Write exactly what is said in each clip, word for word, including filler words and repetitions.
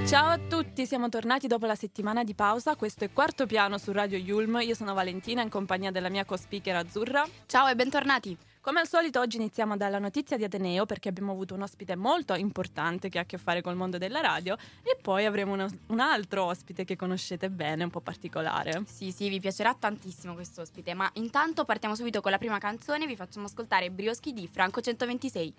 Ciao a tutti, siamo tornati dopo la settimana di pausa. Questo è Quarto Piano su Radio Yulm. Io sono Valentina in compagnia della mia co-speaker Azzurra. Ciao e bentornati. Come al solito oggi iniziamo dalla notizia di Ateneo, perché abbiamo avuto un ospite molto importante che ha a che fare col mondo della radio, e poi avremo uno, un altro ospite che conoscete bene, un po' particolare. Sì, sì, vi piacerà tantissimo questo ospite, ma intanto partiamo subito con la prima canzone. Vi facciamo ascoltare Brioschi di Franco centoventisei.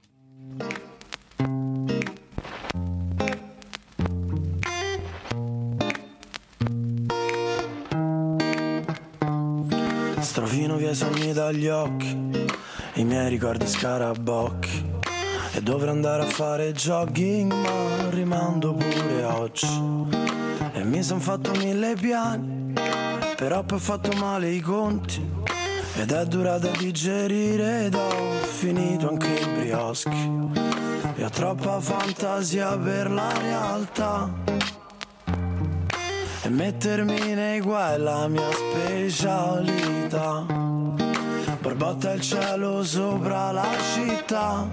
Strofino via i sogni dagli occhi, i miei ricordi scarabocchi, e dovrò andare a fare jogging ma rimando pure oggi. E mi son fatto mille piani, però poi ho fatto male i conti, ed è durata a digerire ed ho finito anche i brioschi. E ho troppa fantasia per la realtà, e mettermi nei guai è la mia specialità. Borbotta il cielo sopra la città,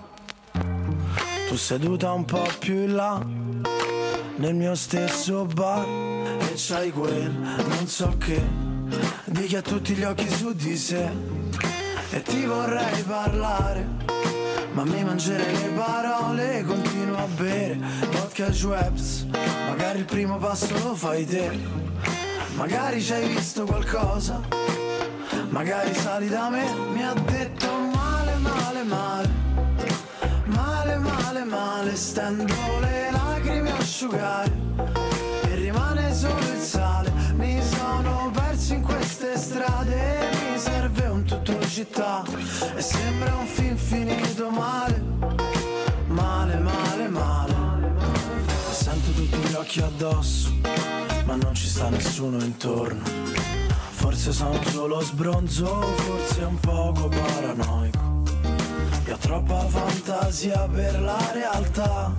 tu seduta un po' più in là nel mio stesso bar, e c'hai quel non so che di chi ha tutti gli occhi su di sé. E ti vorrei parlare, ma mi mangerei le parole. Continuo a bere vodka e Schweppes, magari il primo passo lo fai te. Magari ci hai visto qualcosa, magari sali da me. Mi ha detto male, male, male, male, male, male. Stendo le lacrime a asciugare e rimane solo il sale. Mi sono perso in queste strade, mi serve un tutto città, e sembra un film finito male, male, male, male. E sento tutti gli occhi addosso, ma non ci sta nessuno intorno. Forse sono solo sbronzo, forse un poco paranoico. Io ho troppa fantasia per la realtà,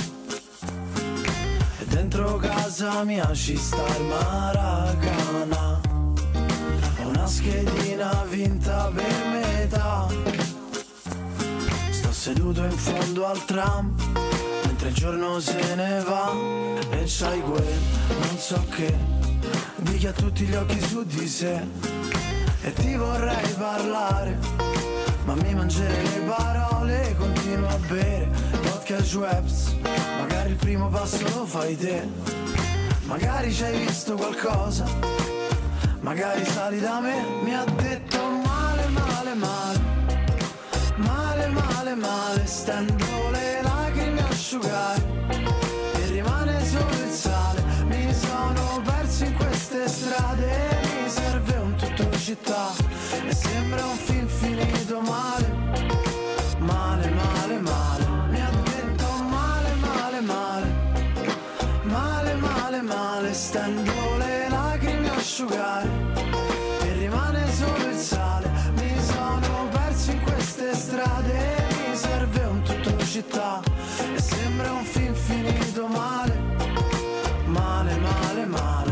e dentro casa mia ci sta il Maracana. Ho una schedina vinta per metà, sto seduto in fondo al tram mentre il giorno se ne va, e c'hai quel non so che di chi ha tutti gli occhi su di sé. E ti vorrei parlare, ma mi mangerei le parole. Continuo a bere vodka e Schweppes, magari il primo passo lo fai te. Magari ci hai visto qualcosa, magari sali da me. Mi ha detto male, male, male, male, male, male. Stendo le lacrime a asciugare e rimane solo il sale. Mi sono perso in queste strade, mi serve un tutto città, e sembra un film finito male, male, male, male. Mi ha detto male, male, male, male, male, male. Stendo le lacrime a asciugare e rimane solo il sale. Mi sono perso in queste strade, mi serve un tutto città, e sembra un film finito male, male, male, male.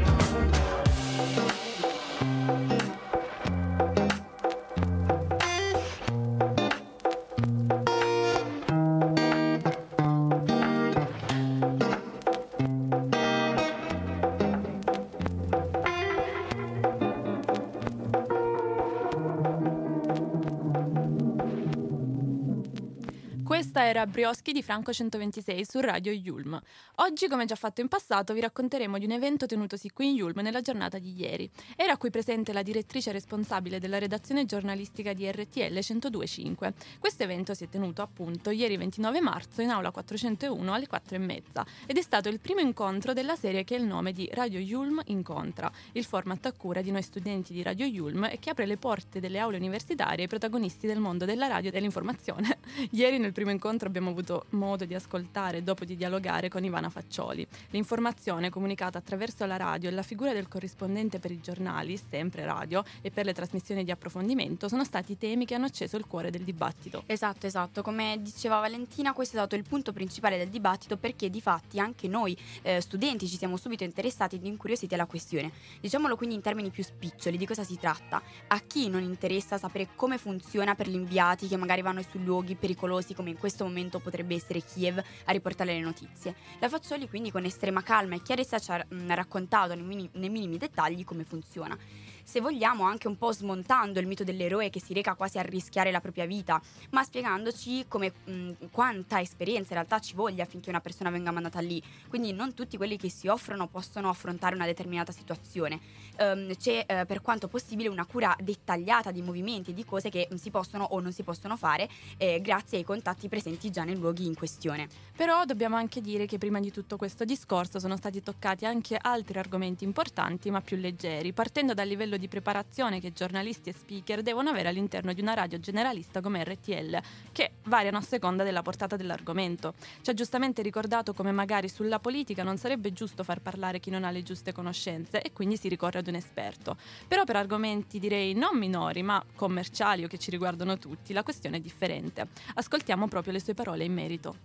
Questa era Brioschi di Franco centoventisei su Radio Yulm. Oggi, come già fatto in passato, vi racconteremo di un evento tenutosi qui in Yulm nella giornata di ieri. Era qui presente la direttrice responsabile della redazione giornalistica di R T L centodue e cinque. Questo evento si è tenuto appunto ieri ventinove marzo in aula quattrocentouno alle quattro e mezza, ed è stato il primo incontro della serie che ha il nome di Radio Yulm Incontra, il format a cura di noi studenti di Radio Yulm e che apre le porte delle aule universitarie ai protagonisti del mondo della radio e dell'informazione. Ieri nel primo incontro abbiamo avuto modo di ascoltare e dopo di dialogare con Ivana Faccioli. L'informazione comunicata attraverso la radio e la figura del corrispondente per i giornali, sempre radio, e per le trasmissioni di approfondimento sono stati temi che hanno acceso il cuore del dibattito. Esatto, esatto. Come diceva Valentina, questo è stato il punto principale del dibattito, perché di fatti anche noi eh, studenti ci siamo subito interessati ed incuriositi alla questione. Diciamolo quindi in termini più spiccioli, di cosa si tratta? A chi non interessa sapere come funziona per gli inviati che magari vanno su luoghi pericolosi come in questo questo momento potrebbe essere Kiev a riportare le notizie. La Faccioli quindi con estrema calma e chiarezza ci ha mh, raccontato nei minimi, nei minimi dettagli come funziona. Se vogliamo anche un po' smontando il mito dell'eroe che si reca quasi a rischiare la propria vita, ma spiegandoci come mh, quanta esperienza in realtà ci voglia affinché una persona venga mandata lì. Quindi non tutti quelli che si offrono possono affrontare una determinata situazione. Um, c'è eh, per quanto possibile una cura dettagliata di movimenti e di cose che mh, si possono o non si possono fare eh, grazie ai contatti presenti già nei luoghi in questione. Però dobbiamo anche dire che prima di tutto questo discorso sono stati toccati anche altri argomenti importanti ma più leggeri, partendo dal livello di preparazione che giornalisti e speaker devono avere all'interno di una radio generalista come R T L, che variano a seconda della portata dell'argomento. Ci ha giustamente ricordato come magari sulla politica non sarebbe giusto far parlare chi non ha le giuste conoscenze e quindi si ricorre ad un esperto. Però per argomenti direi non minori ma commerciali o che ci riguardano tutti, la questione è differente. Ascoltiamo proprio le sue parole in merito.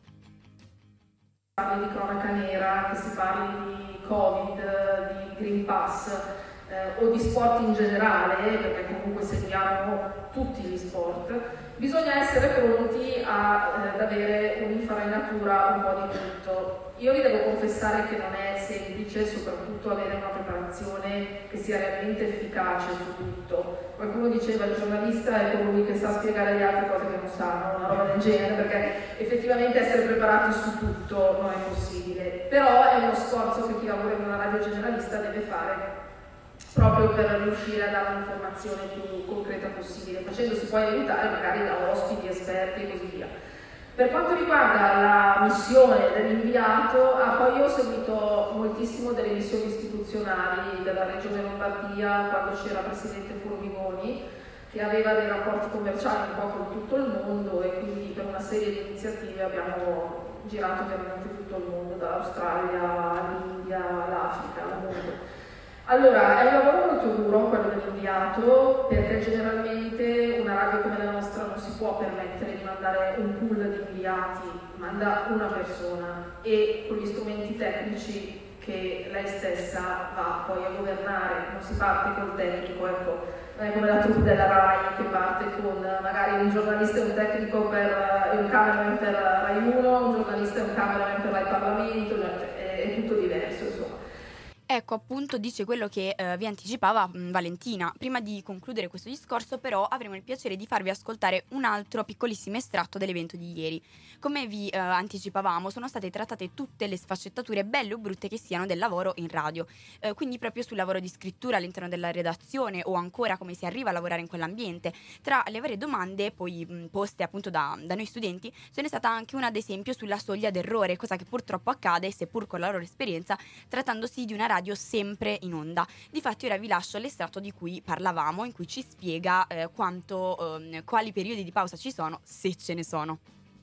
Parli di cronaca nera, che si parli di Covid, di Green Pass eh, o di sport in generale, perché comunque seguiamo tutti gli sport, bisogna essere pronti a, eh, ad avere un'infarinatura un po' di tutto. Io vi devo confessare che non è semplice, soprattutto avere una preparazione che sia realmente efficace su tutto. Qualcuno diceva il giornalista è colui che sa spiegare agli altri cose che non sanno, una roba del genere, perché effettivamente essere preparati su tutto non è possibile. Però è uno sforzo che chi lavora in una radio generalista deve fare proprio per riuscire a dare un'informazione più concreta possibile, facendosi poi aiutare magari da ospiti, esperti e così via. Per quanto riguarda la missione dell'inviato, ah, poi io ho seguito moltissimo delle missioni istituzionali della Regione Lombardia quando c'era Presidente Formigoni, che aveva dei rapporti commerciali un po' con tutto il mondo e quindi per una serie di iniziative abbiamo girato veramente tutto il mondo, dall'Australia all'India, all'Africa, al mondo. Allora, è un lavoro molto duro quello dell'inviato, perché generalmente una radio come la nostra non si può permettere di mandare un pool di inviati, manda una persona e con gli strumenti tecnici che lei stessa va poi a governare, non si parte col tecnico, ecco, non è come la troupe della RAI che parte con magari un giornalista e un tecnico per, e un cameraman per Rai uno, un giornalista e un cameraman per Rai Parlamento, è, è tutto diverso, insomma. Ecco, appunto, dice quello che eh, vi anticipava mh, Valentina. Prima di concludere questo discorso, però, avremo il piacere di farvi ascoltare un altro piccolissimo estratto dell'evento di ieri. Come vi eh, anticipavamo, sono state trattate tutte le sfaccettature belle o brutte che siano del lavoro in radio, eh, quindi proprio sul lavoro di scrittura all'interno della redazione o ancora come si arriva a lavorare in quell'ambiente. Tra le varie domande poi mh, poste appunto da, da noi studenti, ce n'è stata anche una ad esempio sulla soglia d'errore, cosa che purtroppo accade, seppur con la loro esperienza, trattandosi di una radio sempre in onda. Difatti ora vi lascio l'estratto di cui parlavamo, in cui ci spiega eh, quanto, eh, quali periodi di pausa ci sono, se ce ne sono.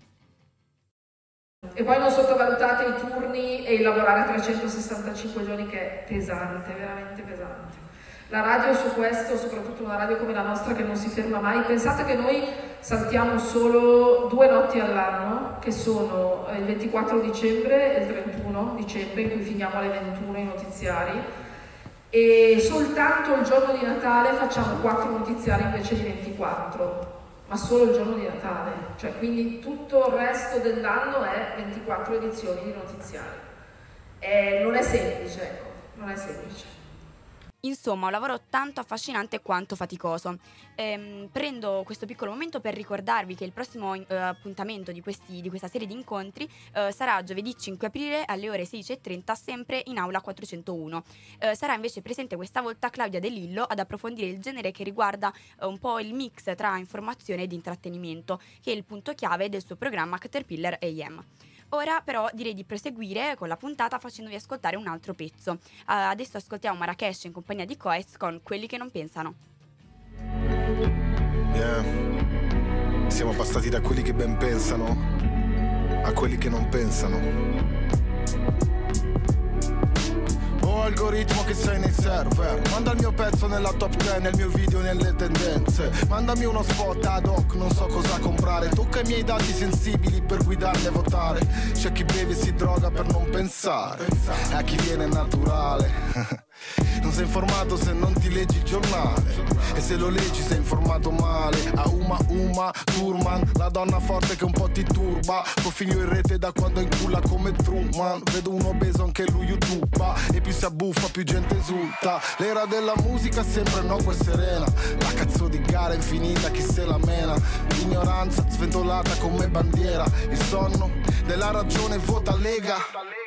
E poi non sottovalutate i turni e il lavorare trecentosessantacinque giorni, che è pesante, veramente pesante. La radio su questo, soprattutto una radio come la nostra che non si ferma mai, pensate che noi saltiamo solo due notti all'anno, che sono il ventiquattro dicembre e il trentuno dicembre, in cui finiamo alle ventuno i notiziari, e soltanto il giorno di Natale facciamo quattro notiziari invece di ventiquattro, ma solo il giorno di Natale, cioè quindi tutto il resto dell'anno è ventiquattro edizioni di notiziari. E non è semplice, ecco, non è semplice. Insomma, un lavoro tanto affascinante quanto faticoso. Ehm, prendo questo piccolo momento per ricordarvi che il prossimo eh, appuntamento di, questi, di questa serie di incontri eh, sarà giovedì cinque aprile alle ore sedici e trenta, sempre in aula quattrocentouno. Eh, sarà invece presente questa volta Claudia De Lillo ad approfondire il genere che riguarda eh, un po' il mix tra informazione ed intrattenimento, che è il punto chiave del suo programma Caterpillar A M. Ora però direi di proseguire con la puntata facendovi ascoltare un altro pezzo. Uh, adesso ascoltiamo Marrakesh in compagnia di Coez con Quelli che non pensano. Yeah. Siamo passati da quelli che ben pensano a quelli che non pensano. Oh algoritmo che sei nei server, manda il mio pezzo nella top dieci, nel mio video nelle tendenze. Mandami uno spot ad hoc, non so cosa comprare. Tocca i miei dati sensibili per guidarli e votare. C'è chi beve e si droga per non pensare, a chi viene naturale. Non sei informato se non ti leggi il giornale? E se lo leggi sei informato male. A Uma Uma Thurman, la donna forte che un po' ti turba, tuo figlio in rete da quando inculla come Truman. Vedo un obeso anche lui youtuba, e più si abbuffa più gente esulta. L'era della musica sempre no e serena, la cazzo di gara infinita chi se la mena. L'ignoranza sventolata come bandiera, il sonno della ragione vota Lega.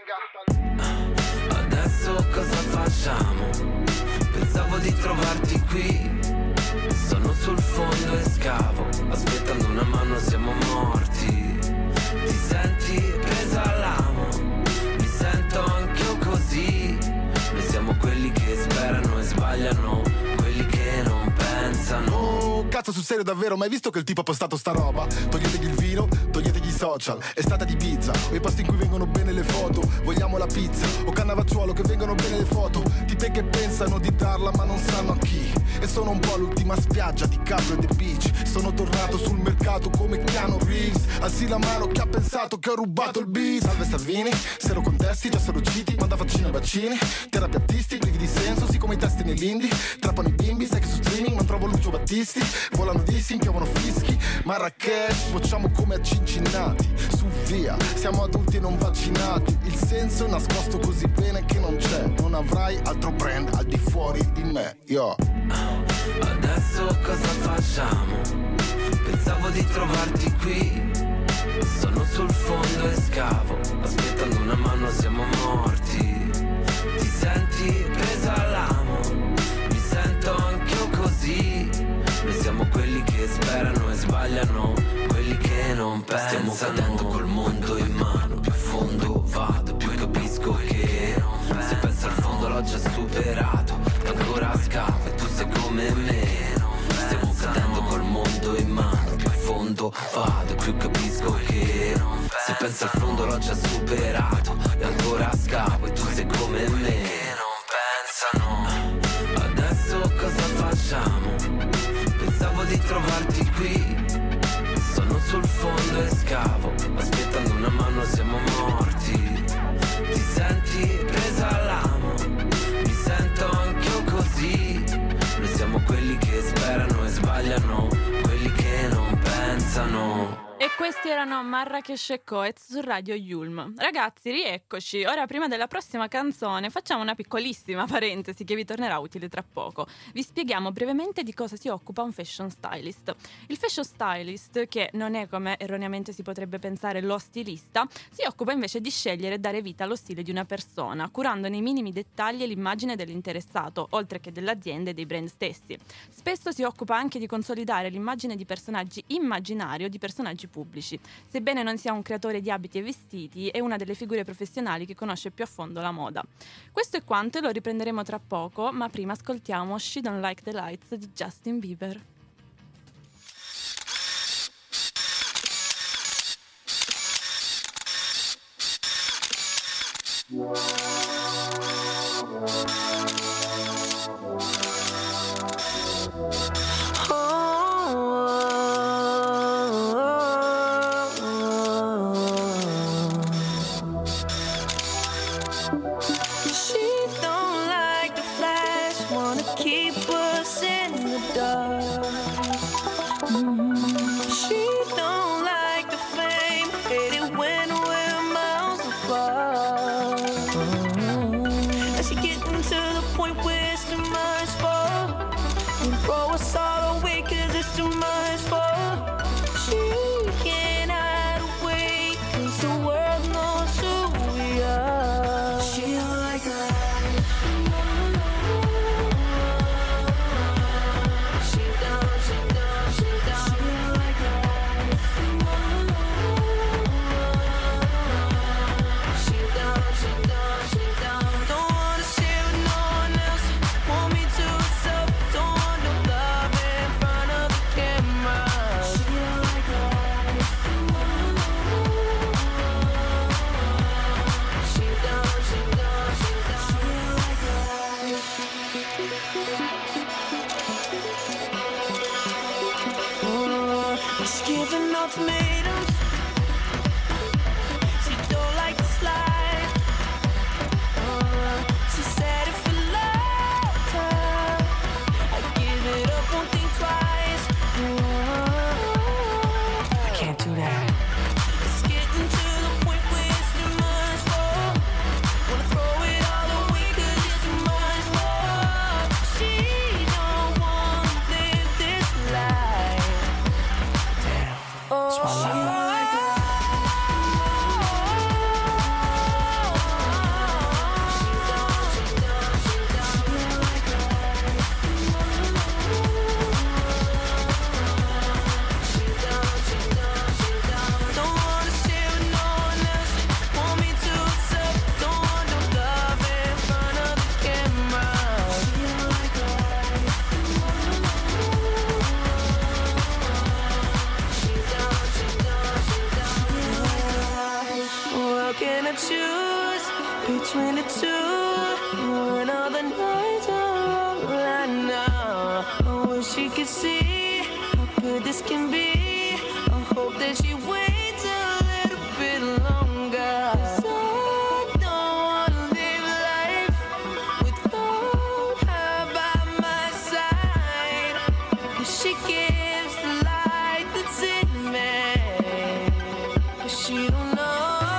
Adesso cosa facciamo? Pensavo di trovarti qui. Sono sul fondo e scavo, aspettando una mano siamo morti. Ti senti presa all'amo? Mi sento anch'io così. Noi siamo quelli che sperano e sbagliano, quelli che non pensano. Oh, cazzo sul serio davvero, mai visto che il tipo ha postato sta roba? Toglietegli il vino, toglietegli i social, è stata di pizza, o i posti in cui vengono bene le foto. Vogliamo la pizza, o Cannavacciuolo che vengono bene le foto. Tipe che pensano di darla ma non sanno a chi. E sono un po' l'ultima spiaggia di Capri e The Beach. Sono tornato sul mercato come Keanu Reeves. Alzi la mano chi ha pensato che ho rubato il beat. Salve Salvini, se lo contesti già sono usciti. Manda vaccini e vaccini, terapiattisti privi di senso, sì come i testi nell'indie. Trappano i bimbi, sai che su streaming non trovo Lucio Battisti. Volano dissi, piovono fischi. Marrakesh, bocciamo come a Cincinnati. Su via, siamo adulti e non vaccinati. Il senso è nascosto così bene che non c'è. Non avrai altro brand al di fuori di me, yo. Adesso cosa facciamo? Pensavo di trovarti qui. Sono sul fondo e scavo, aspettando una mano siamo morti. Ti senti presa all'amo? Mi sento anch'io così. Noi siamo quelli che sperano e sbagliano, quelli che non pensano. Stiamo cadendo col mondo in mano, più a fondo vado, più capisco che se penso al fondo l'ho già superato. E ancora scavo e tu sei come me. Stiamo cadendo col mondo in mano, più a fondo vado, più capisco che se penso al fondo l'ho già superato. E ancora scavo e tu sei come me. Adesso cosa facciamo? Pensavo di trovarti qui. Sono sul fondo e scavo, aspettando una mano siamo morti. Ti senti presa all'amo? Mi sento anch'io così. Noi siamo quelli che sperano e sbagliano, quelli che non pensano. E questi erano Marrakesh e Coez su Radio Yulm. Ragazzi, rieccoci. Ora, prima della prossima canzone, facciamo una piccolissima parentesi che vi tornerà utile tra poco. Vi spieghiamo brevemente di cosa si occupa un fashion stylist. Il fashion stylist, che non è come erroneamente si potrebbe pensare lo stilista, si occupa invece di scegliere e dare vita allo stile di una persona, curando nei minimi dettagli l'immagine dell'interessato, oltre che dell'azienda e dei brand stessi. Spesso si occupa anche di consolidare l'immagine di personaggi immaginario o di personaggi pubblici. Sebbene non sia un creatore di abiti e vestiti, è una delle figure professionali che conosce più a fondo la moda. Questo è quanto e lo riprenderemo tra poco, ma prima ascoltiamo She Don't Like the Lights di Justin Bieber. She said if you love choose between the two, when all the nights are all I know. I wish you could see how good this can be. I hope that she waits a little bit longer. 'Cause I don't wanna live life without her by my side. 'Cause she gives the light that's in me, but she don't know.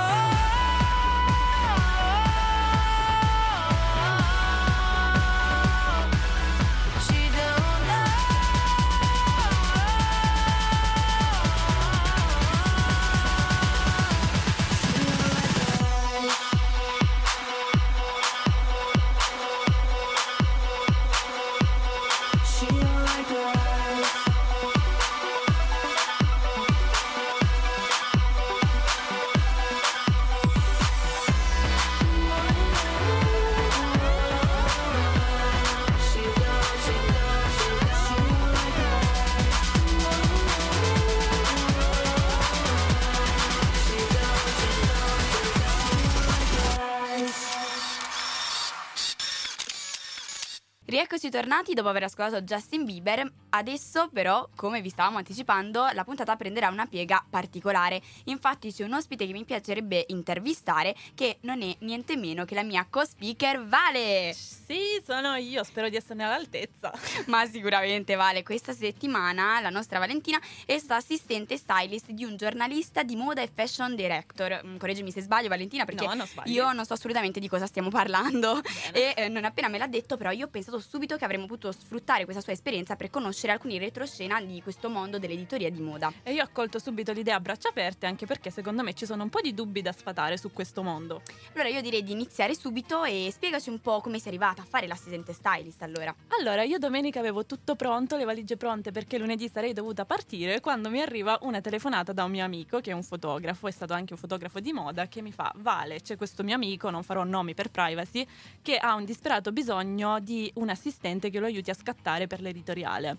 Rieccoci tornati dopo aver ascoltato Justin Bieber. Adesso però, come vi stavamo anticipando, la puntata prenderà una piega particolare. Infatti c'è un ospite che mi piacerebbe intervistare, che non è niente meno che la mia co-speaker Vale. Sì, sono io, spero di esserne all'altezza. Ma sicuramente Vale, questa settimana la nostra Valentina è stata assistente stylist di un giornalista di moda e fashion director. Mm, correggimi se sbaglio Valentina, perché No, non sbagli. io non so assolutamente di cosa stiamo parlando. Bene. E eh, non appena me l'ha detto, però io ho pensato subito che avremmo potuto sfruttare questa sua esperienza per conoscere alcuni retroscena di questo mondo dell'editoria di moda. E io ho accolto subito l'idea a braccia aperte, anche perché secondo me ci sono un po' di dubbi da sfatare su questo mondo. Allora io direi di iniziare subito e spiegaci un po' come sei arrivata a fare l'assistente stylist allora. Allora, io domenica avevo tutto pronto, le valigie pronte, perché lunedì sarei dovuta partire, quando mi arriva una telefonata da un mio amico che è un fotografo, è stato anche un fotografo di moda, che mi fa: Vale, c'è questo mio amico, non farò nomi per privacy, che ha un disperato bisogno di un assistente che lo aiuti a scattare per l'editoriale.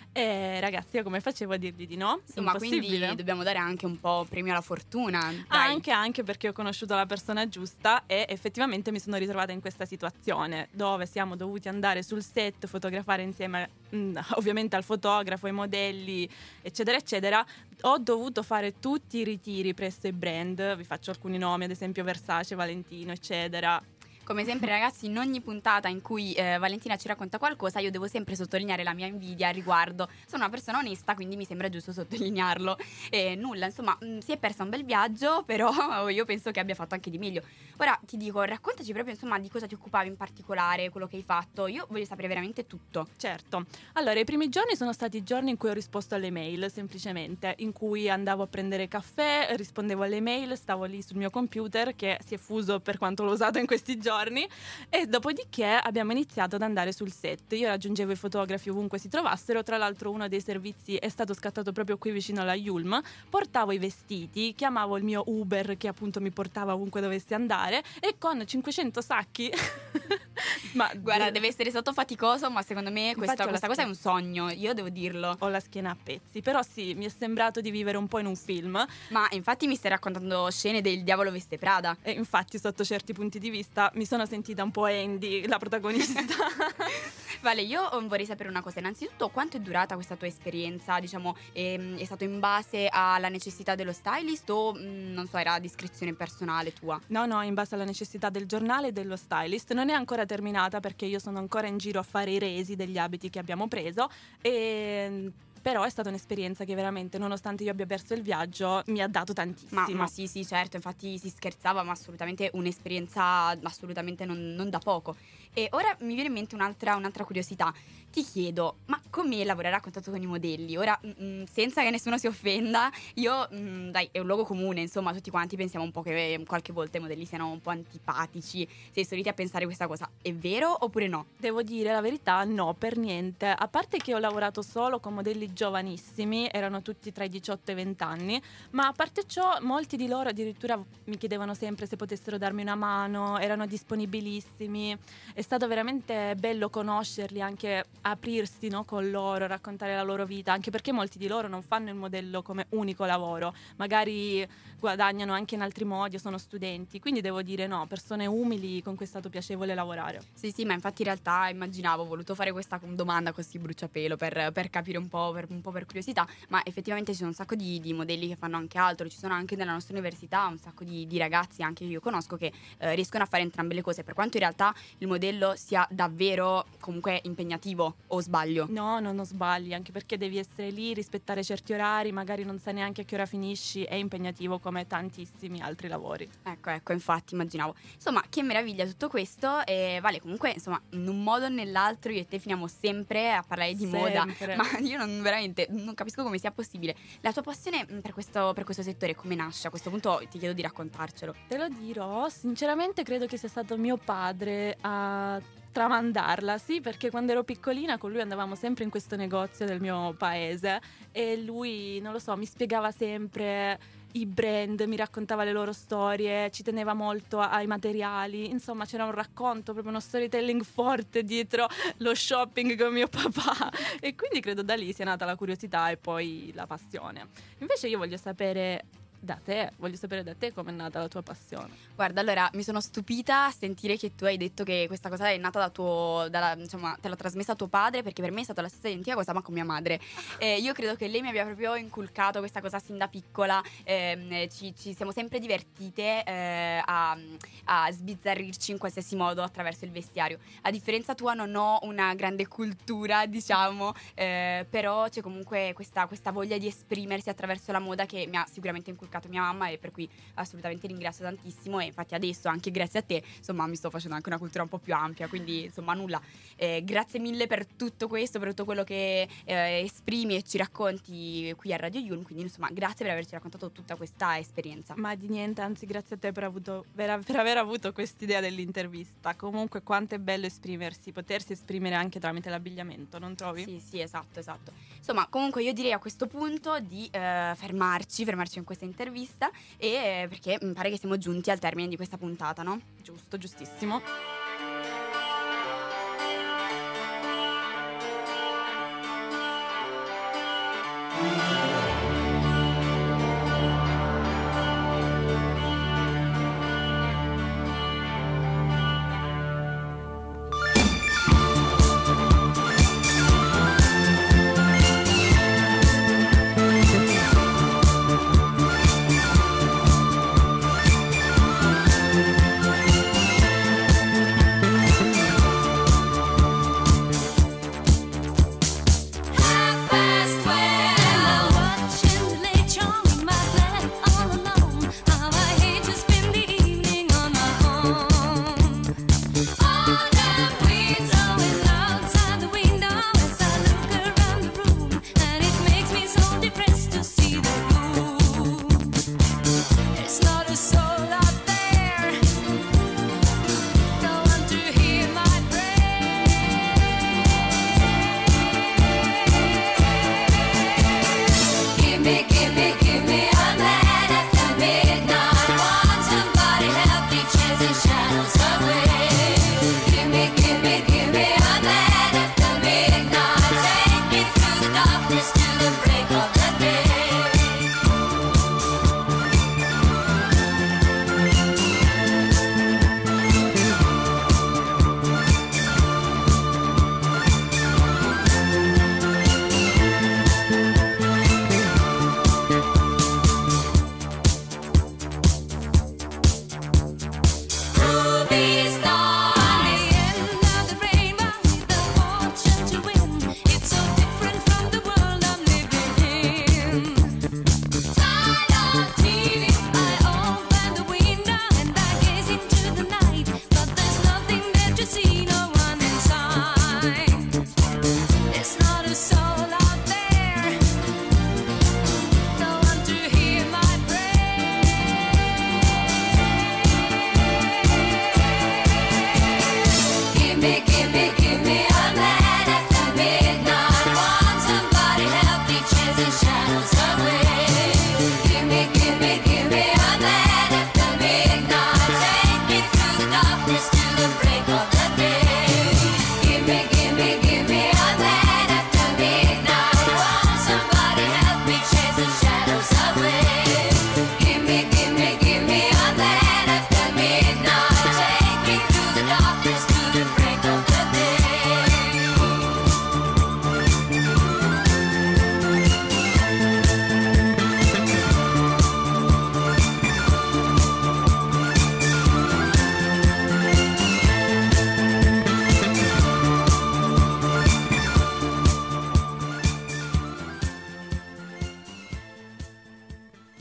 E ragazzi, io come facevo a dirgli di no? Insomma, Impossibile. quindi dobbiamo dare anche un po' premio alla fortuna. Dai. Anche, anche perché ho conosciuto la persona giusta e effettivamente mi sono ritrovata in questa situazione dove siamo dovuti andare sul set, fotografare insieme mh, ovviamente al fotografo, ai modelli, eccetera eccetera. Ho dovuto fare tutti i ritiri presso i brand, vi faccio alcuni nomi, ad esempio Versace, Valentino, eccetera. Come sempre ragazzi, in ogni puntata in cui eh, Valentina ci racconta qualcosa, io devo sempre sottolineare la mia invidia al riguardo. Sono una persona onesta, quindi mi sembra giusto sottolinearlo. E nulla, insomma, mh, si è persa un bel viaggio, però io penso che abbia fatto anche di meglio. Ora ti dico, raccontaci proprio insomma di cosa ti occupavi in particolare, quello che hai fatto. Io voglio sapere veramente tutto. Certo. Allora, i primi giorni sono stati giorni in cui ho risposto alle mail, semplicemente, in cui andavo a prendere caffè, rispondevo alle mail, stavo lì sul mio computer che si è fuso per quanto l'ho usato in questi giorni. E dopodiché abbiamo iniziato ad andare sul set. Io raggiungevo i fotografi ovunque si trovassero. Tra l'altro uno dei servizi è stato scattato proprio qui vicino alla Yulm. Portavo i vestiti, chiamavo il mio Uber che appunto mi portava ovunque dovessi andare, e con cinquecento sacchi ma guarda, deve essere stato faticoso, ma secondo me questa, ho questa la cosa è un sogno, io devo dirlo. Ho la schiena a pezzi, però sì, mi è sembrato di vivere un po' in un film. Ma infatti mi stai raccontando scene del Diavolo Veste Prada. E infatti sotto certi punti di vista mi sono sentita un po' Andy, la protagonista. Vale, io vorrei sapere una cosa. Innanzitutto, quanto è durata questa tua esperienza? Diciamo, è, è stato in base alla necessità dello stylist o, mh, non so, era a discrezione personale tua? No, no, in base alla necessità del giornale e dello stylist. Non è ancora terminata perché io sono ancora in giro a fare i resi degli abiti che abbiamo preso, e però è stata un'esperienza che veramente, nonostante io abbia perso il viaggio, mi ha dato tantissimo. Ma, ma sì, sì, certo, infatti si scherzava, ma assolutamente un'esperienza assolutamente non, non da poco. E ora mi viene in mente un'altra, un'altra curiosità. Ti chiedo, ma com'è lavorare a contatto con i modelli? Ora, mh, senza che nessuno si offenda, io, mh, dai, è un luogo comune, insomma, tutti quanti pensiamo un po' che qualche volta i modelli siano un po' antipatici. Sei soliti a pensare questa cosa, è vero oppure no? Devo dire la verità, no, per niente. A parte che ho lavorato solo con modelli giovanissimi, erano tutti tra i diciotto e i venti anni, ma a parte ciò molti di loro addirittura mi chiedevano sempre se potessero darmi una mano, erano disponibilissimi, e stato veramente bello conoscerli, anche aprirsi, no, con loro, raccontare la loro vita, anche perché molti di loro non fanno il modello come unico lavoro, magari guadagnano anche in altri modi o sono studenti, quindi devo dire no, persone umili con cui è stato piacevole lavorare. Sì, sì, ma infatti in realtà immaginavo, ho voluto fare questa domanda così bruciapelo per, per capire un po', per, un po' per curiosità, ma effettivamente ci sono un sacco di, di modelli che fanno anche altro, ci sono anche nella nostra università un sacco di, di ragazzi, anche che io conosco, che eh, riescono a fare entrambe le cose, per quanto in realtà il modello sia davvero comunque impegnativo, o sbaglio? No, no, non sbagli, anche perché devi essere lì, rispettare certi orari, magari non sai neanche a che ora finisci, è impegnativo come tantissimi altri lavori. Ecco, ecco, infatti immaginavo. Insomma, che meraviglia tutto questo, e vale, comunque, insomma, in un modo o nell'altro io e te finiamo sempre a parlare di Sempre. moda, ma io non veramente non capisco come sia possibile. La tua passione per questo, per questo settore come nasce? A questo punto ti chiedo di raccontarcelo. Te lo dirò, sinceramente credo che sia stato mio padre a tramandarla, sì, perché quando ero piccolina con lui andavamo sempre in questo negozio del mio paese e lui, non lo so, mi spiegava sempre i brand, mi raccontava le loro storie, ci teneva molto ai materiali, insomma c'era un racconto, proprio uno storytelling forte dietro lo shopping con mio papà, e quindi credo da lì sia nata la curiosità e poi la passione. Invece io voglio sapere da te, voglio sapere da te com'è nata la tua passione. Guarda, allora mi sono stupita a sentire che tu hai detto che questa cosa è nata da tuo, dalla, insomma, te l'ha trasmessa tuo padre, perché per me è stata la stessa identica cosa, ma con mia madre. Eh, io credo che lei mi abbia proprio inculcato questa cosa sin da piccola. Eh, ci, ci siamo sempre divertite eh, a, a sbizzarrirci in qualsiasi modo attraverso il vestiario. A differenza tua non ho una grande cultura, diciamo, eh, però c'è comunque questa, questa voglia di esprimersi attraverso la moda che mi ha sicuramente inculcato mia mamma, e per cui assolutamente ringrazio tantissimo. E infatti adesso anche grazie a te, insomma, mi sto facendo anche una cultura un po' più ampia, quindi insomma nulla, eh, grazie mille per tutto questo, per tutto quello che eh, esprimi e ci racconti qui a Radio Yulm, quindi insomma grazie per averci raccontato tutta questa esperienza. Ma di niente, anzi grazie a te per, avuto, per, per aver avuto quest'idea dell'intervista. Comunque quanto è bello esprimersi, potersi esprimere anche tramite l'abbigliamento, non trovi? Sì, sì, esatto, esatto. Insomma, comunque io direi a questo punto di eh, fermarci, fermarci in questa intervista, e eh, perché mi pare che siamo giunti al termine di questa puntata, no? Giusto, giustissimo. This to the break of the day.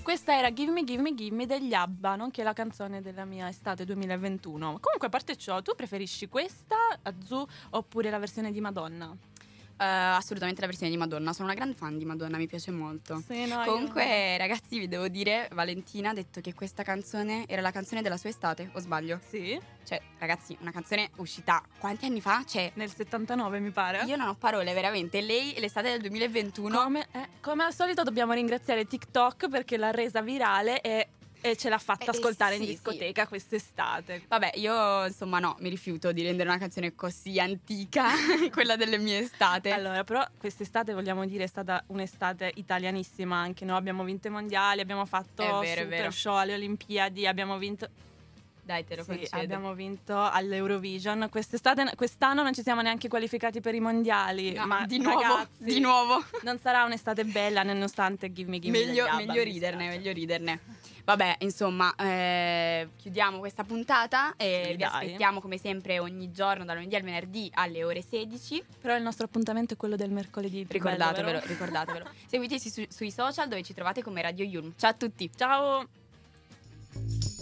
Questa era Give Me, Give Me, Give Me degli ABBA, nonché la canzone della mia estate duemilaventuno. Comunque, a parte ciò, tu preferisci questa, Azzu, oppure la versione di Madonna? Uh, assolutamente la versione di Madonna. Sono una gran fan di Madonna, mi piace molto. Sì, no, Comunque, io... ragazzi, vi devo dire, Valentina ha detto che questa canzone era la canzone della sua estate, o sbaglio? Sì. Cioè, ragazzi, una canzone uscita quanti anni fa? Cioè, nel settantanove mi pare. Io non ho parole, veramente. Lei, l'estate del duemilaventuno. Come, eh, come al solito dobbiamo ringraziare TikTok perché l'ha resa virale e... E ce l'ha fatta eh, ascoltare sì, in discoteca sì. quest'estate. Vabbè, io insomma no, mi rifiuto di rendere una canzone così antica, quella delle mie estate. Allora, però quest'estate vogliamo dire è stata un'estate italianissima anche. Noi abbiamo vinto i mondiali, abbiamo fatto è vero, super è vero. show alle Olimpiadi, abbiamo vinto... Dai, te lo sì, concedo. abbiamo vinto all'Eurovision. Quest'estate, quest'anno non ci siamo neanche qualificati per i mondiali. No, ma di nuovo, ragazzi, di nuovo. Non sarà un'estate bella nonostante Give Me, Give Me Meglio, degli ABBA, meglio mi riderne, dispiace. meglio riderne. Vabbè, insomma, eh, chiudiamo questa puntata e Sì, vi dai. aspettiamo come sempre ogni giorno, dal lunedì al venerdì alle ore sedici. Però il nostro appuntamento è quello del mercoledì. più Ricordatevelo, bello, vero? ricordatevelo. Seguiteci su- sui social dove ci trovate come Radio Yulm. Ciao a tutti. Ciao.